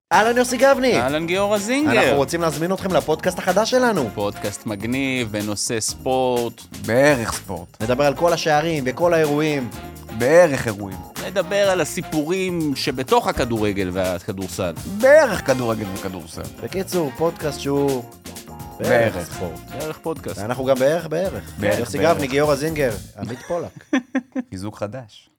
אהלן יוסי גבני. אהלן גיורא זינגר. אנחנו רוצים להזמין אתכם לפודקאסט החדש שלנו. פודקאסט מגניב ונושא ספורט. בערך ספורט. נדבר על כל השערים וכל האירועים. בערך אירועים. נדבר על הסיפורים שבתוך הכדורגל והכדורסל. בערך כדורגל וכדורסל. בקיצור, פודקאסט שהוא בערך. ספורט. בערך פודקאסט. אנחנו גם בערך. בערך, יוסי בערך. גבני, גיורא זינגר, עמית פולק. חיזוק חדש.